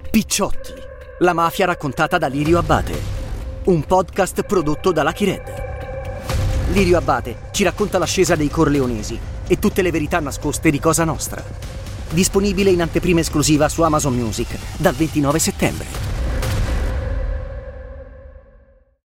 Picciotti, la mafia raccontata da Lirio Abbate. Un podcast prodotto da Lucky Red. Lirio Abbate ci racconta l'ascesa dei Corleonesi e tutte le verità nascoste di Cosa Nostra. Disponibile in anteprima esclusiva su Amazon Music dal 29 settembre.